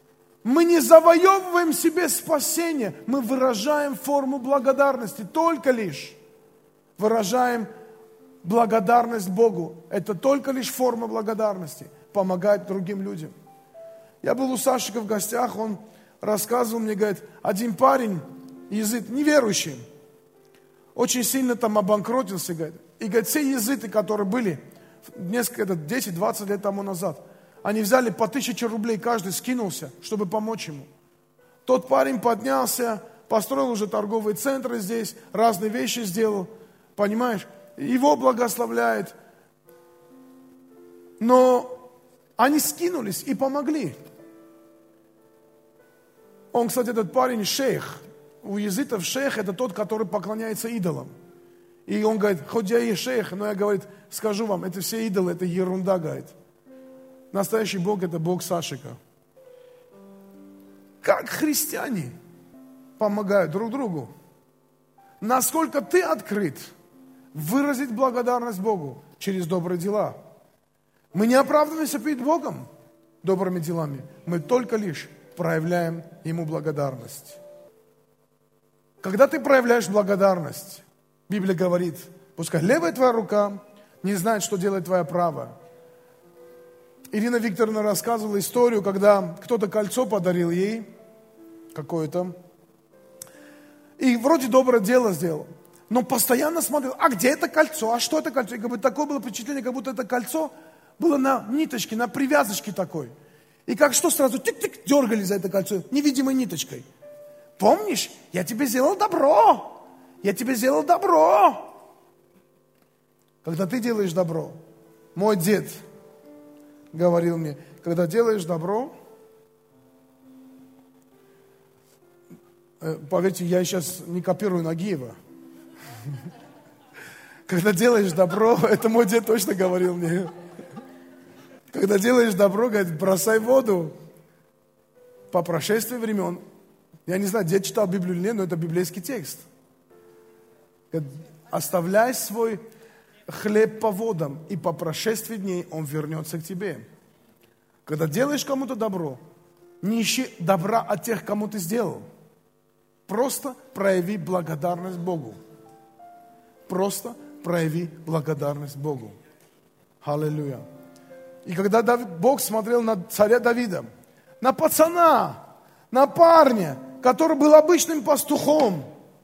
Мы не завоевываем себе спасение, мы выражаем форму благодарности, только лишь выражаем благодарность Богу. Это только лишь форма благодарности, помогать другим людям. Я был у Сашика в гостях, он рассказывал мне, говорит, один парень, езыт, неверующий, очень сильно там обанкротился, говорит. И говорит, все езыты, которые были несколько, 10-20 лет тому назад, они взяли по 1000 рублей, каждый скинулся, чтобы помочь ему. Тот парень поднялся, построил уже торговые центры здесь, разные вещи сделал, понимаешь? Его благословляет. Но они скинулись и помогли. Он, кстати, этот парень шейх. У езитов шейх это тот, который поклоняется идолам. И он говорит, хоть я и шейх, но я, говорит, скажу вам, это все идолы, это ерунда, говорит. Настоящий Бог это Бог Сашика. Как христиане помогают друг другу? Насколько ты открыт выразить благодарность Богу через добрые дела? Мы не оправдываемся перед Богом добрыми делами. Мы только лишь проявляем Ему благодарность. Когда ты проявляешь благодарность, Библия говорит, пускай левая твоя рука не знает, что делает твоя правая. Ирина Викторовна рассказывала историю, когда кто-то кольцо подарил ей, какое-то, и вроде доброе дело сделал, но постоянно смотрел, а где это кольцо, а что это кольцо? И как бы такое было впечатление, как будто это кольцо было на ниточке, на привязочке такой. И как что сразу тик-тик дергали за это кольцо невидимой ниточкой. Помнишь, я тебе сделал добро, я тебе сделал добро. Когда ты делаешь добро, мой дед говорил мне, когда делаешь добро, поверьте, я сейчас не копирую Нагиева. Когда делаешь добро, это мой дед точно говорил мне. Когда делаешь добро, говорит, бросай в воду. По прошествии времен, я не знаю, дед читал Библию или нет, но это библейский текст. Говорит, оставляй свой хлеб по водам, и по прошествии дней он вернется к тебе. Когда делаешь кому-то добро, не ищи добра от тех, кому ты сделал. Просто прояви благодарность Богу. Просто прояви благодарность Богу. Аллилуйя. И когда Бог смотрел на царя Давида, на пацана, на парня, который был обычным пастухом,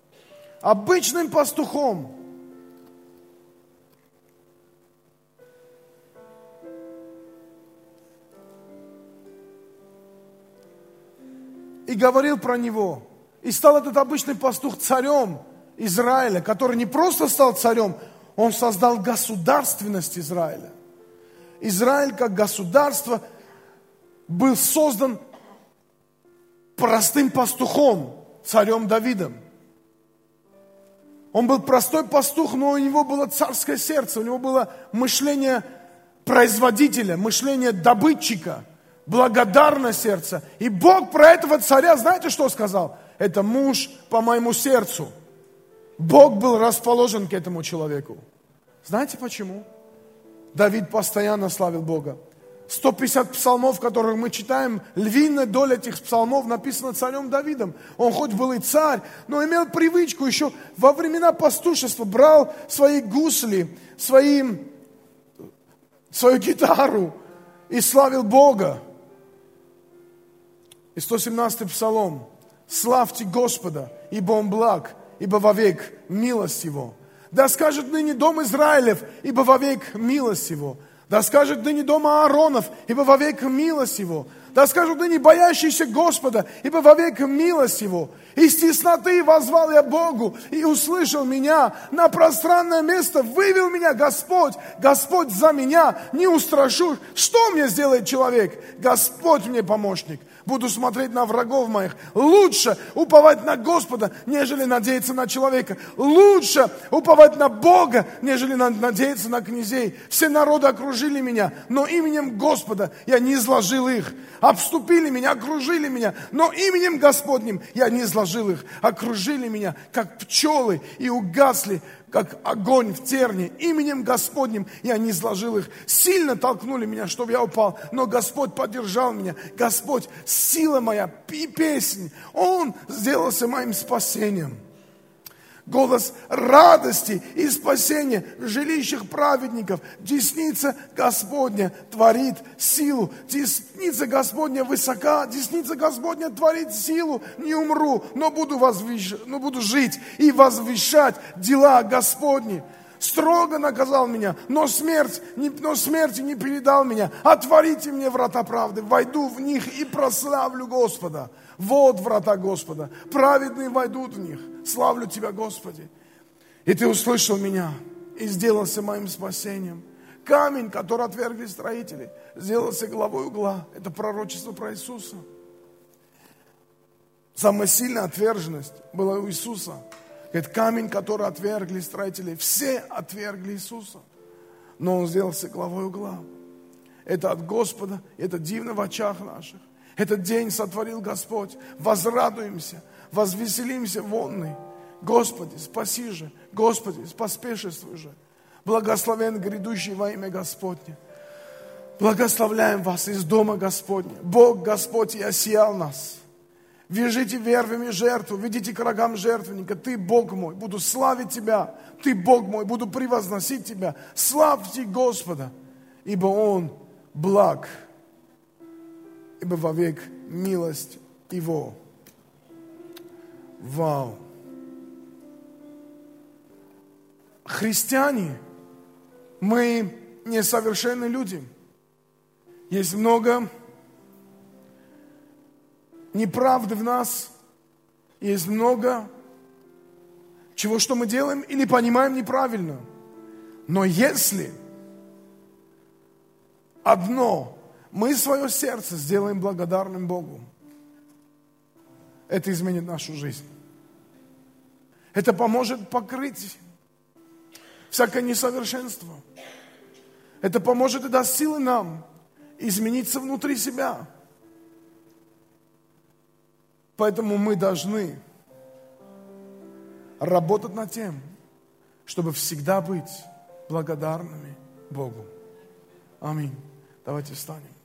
и говорил про него. И стал этот обычный пастух царем Израиля, который не просто стал царем, он создал государственность Израиля. Израиль как государство был создан простым пастухом, царем Давидом. Он был простой пастух, но у него было царское сердце, у него было мышление производителя, мышление добытчика, благодарное сердце. И Бог про этого царя, знаете, что сказал? Это муж по моему сердцу. Бог был расположен к этому человеку. Знаете почему? Давид постоянно славил Бога. 150 псалмов, которые мы читаем, львиная доля этих псалмов написана царем Давидом. Он хоть был и царь, но имел привычку еще во времена пастушества, брал свои гусли, свою гитару и славил Бога. И 117-й псалом. Славьте Господа, ибо Он благ, ибо вовек милость Его. Да скажет ныне дом Израилев, ибо вовек милость Его. Да скажет ныне дом Ааронов, ибо вовек милость Его. Да скажут ныне боящиеся Господа, ибо вовек милость Его. Из тесноты воззвал я Богу, и услышал меня. На пространное место вывел меня Господь. Господь за меня, не устрашусь. Что мне сделает человек? Господь мне помощник. Буду смотреть на врагов моих. Лучше уповать на Господа, нежели надеяться на человека. Лучше уповать на Бога, нежели надеяться на князей. Все народы окружили меня, но именем Господа я не изложил их. Обступили меня, окружили меня, но именем Господним я не изложил их. Окружили меня, как пчелы, и угасли как огонь в терне, именем Господним я не изложил их. Сильно толкнули меня, чтобы я упал, но Господь поддержал меня. Господь, сила моя и песнь, Он сделался моим спасением. Голос радости и спасения в жилищах праведников. Десница Господня творит силу. Десница Господня высока. Десница Господня творит силу. Не умру, но буду жить и возвещать дела Господни. Строго наказал меня, но смерти не передал меня. Отворите мне врата правды, войду в них и прославлю Господа. Вот врата Господа, праведные войдут в них. Славлю Тебя, Господи. И Ты услышал меня и сделался моим спасением. Камень, который отвергли строители, сделался главой угла. Это пророчество про Иисуса. Самая сильная отверженность была у Иисуса. Это камень, который отвергли строители. Все отвергли Иисуса. Но Он сделался главой угла. Это от Господа, это дивно в очах наших. Этот день сотворил Господь. Возрадуемся, возвеселимся вонный. Господи, спаси же. Господи, поспешествуй же. Благословен грядущий во имя Господне. Благословляем вас из дома Господня. Бог Господь и осиял нас. Вяжите вервями жертву, ведите к рогам жертвенника. Ты, Бог мой, буду славить Тебя. Ты, Бог мой, буду превозносить Тебя. Славьте Господа, ибо Он благ, ибо вовек милость Его. Вау! Христиане, мы несовершенные люди. Есть много неправды в нас, есть много чего, что мы делаем или понимаем неправильно. Но если одно, мы свое сердце сделаем благодарным Богу, это изменит нашу жизнь. Это поможет покрыть всякое несовершенство. Это поможет и даст силы нам измениться внутри себя. Поэтому мы должны работать над тем, чтобы всегда быть благодарными Богу. Аминь. Давайте встанем.